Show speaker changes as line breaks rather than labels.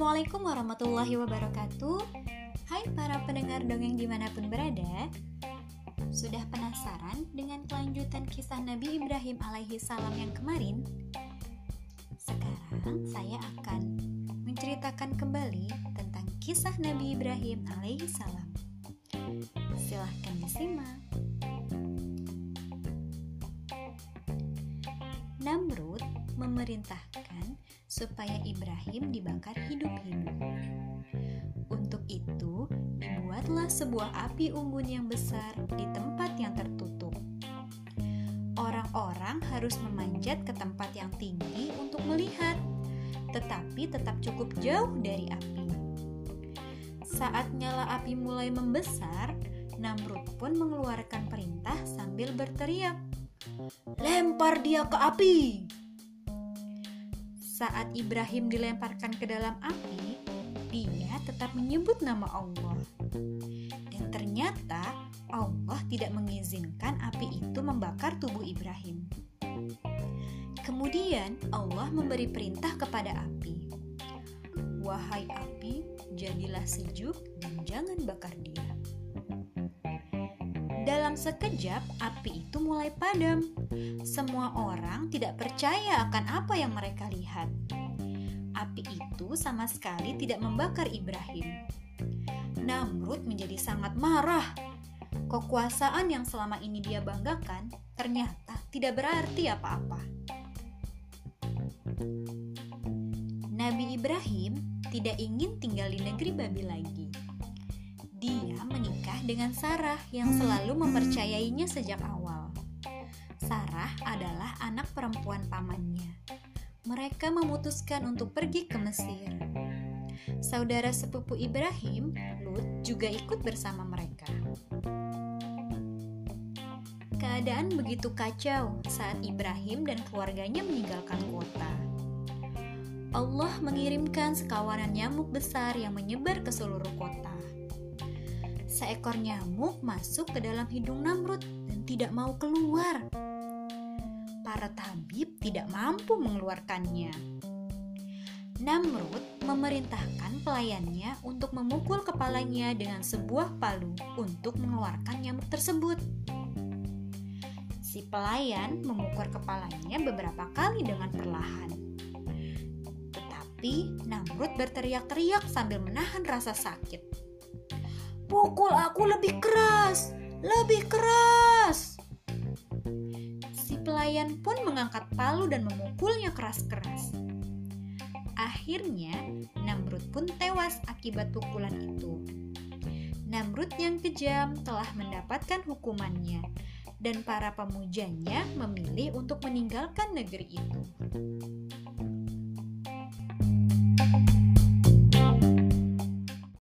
Assalamualaikum warahmatullahi wabarakatuh. Hai para pendengar dongeng dimanapun berada. Sudah penasaran dengan kelanjutan kisah Nabi Ibrahim alaihi salam yang kemarin? Sekarang saya akan menceritakan kembali tentang kisah Nabi Ibrahim alaihi salam. Silahkan disimak. Namrud memerintahkan supaya Ibrahim dibakar hidup-hidup. Untuk itu, dibuatlah sebuah api unggun yang besar di tempat yang tertutup. Orang-orang harus memanjat ke tempat yang tinggi untuk melihat, tetapi tetap cukup jauh dari api. Saat nyala api mulai membesar, Namrud pun mengeluarkan perintah sambil berteriak, "Lempar dia ke api!" Saat Ibrahim dilemparkan ke dalam api, dia tetap menyebut nama Allah. Dan ternyata Allah tidak mengizinkan api itu membakar tubuh Ibrahim. Kemudian Allah memberi perintah kepada api, "Wahai api, jadilah sejuk dan jangan bakar dia." Dalam sekejap, api itu mulai padam. Semua orang tidak percaya akan apa yang mereka lihat. Api itu sama sekali tidak membakar Ibrahim. Namrud menjadi sangat marah. Kekuasaan yang selama ini dia banggakan ternyata tidak berarti apa-apa. Nabi Ibrahim tidak ingin tinggal di negeri Babil lagi. Dia menikah dengan Sarah yang selalu mempercayainya sejak awal. Sarah adalah anak perempuan pamannya. Mereka memutuskan untuk pergi ke Mesir. Saudara sepupu Ibrahim, Lut, juga ikut bersama mereka. Keadaan begitu kacau saat Ibrahim dan keluarganya meninggalkan kota. Allah mengirimkan sekawanan nyamuk besar yang menyebar ke seluruh kota. Seekor nyamuk masuk ke dalam hidung Namrud dan tidak mau keluar. Para tabib tidak mampu mengeluarkannya. Namrud memerintahkan pelayannya untuk memukul kepalanya dengan sebuah palu untuk mengeluarkan nyamuk tersebut. Si pelayan memukul kepalanya beberapa kali dengan perlahan. Tetapi Namrud berteriak-teriak sambil menahan rasa sakit. "Pukul aku lebih keras, lebih keras!" Si pelayan pun mengangkat palu dan memukulnya keras-keras. Akhirnya, Namrud pun tewas akibat pukulan itu. Namrud yang kejam telah mendapatkan hukumannya, dan para pemujanya memilih untuk meninggalkan negeri itu.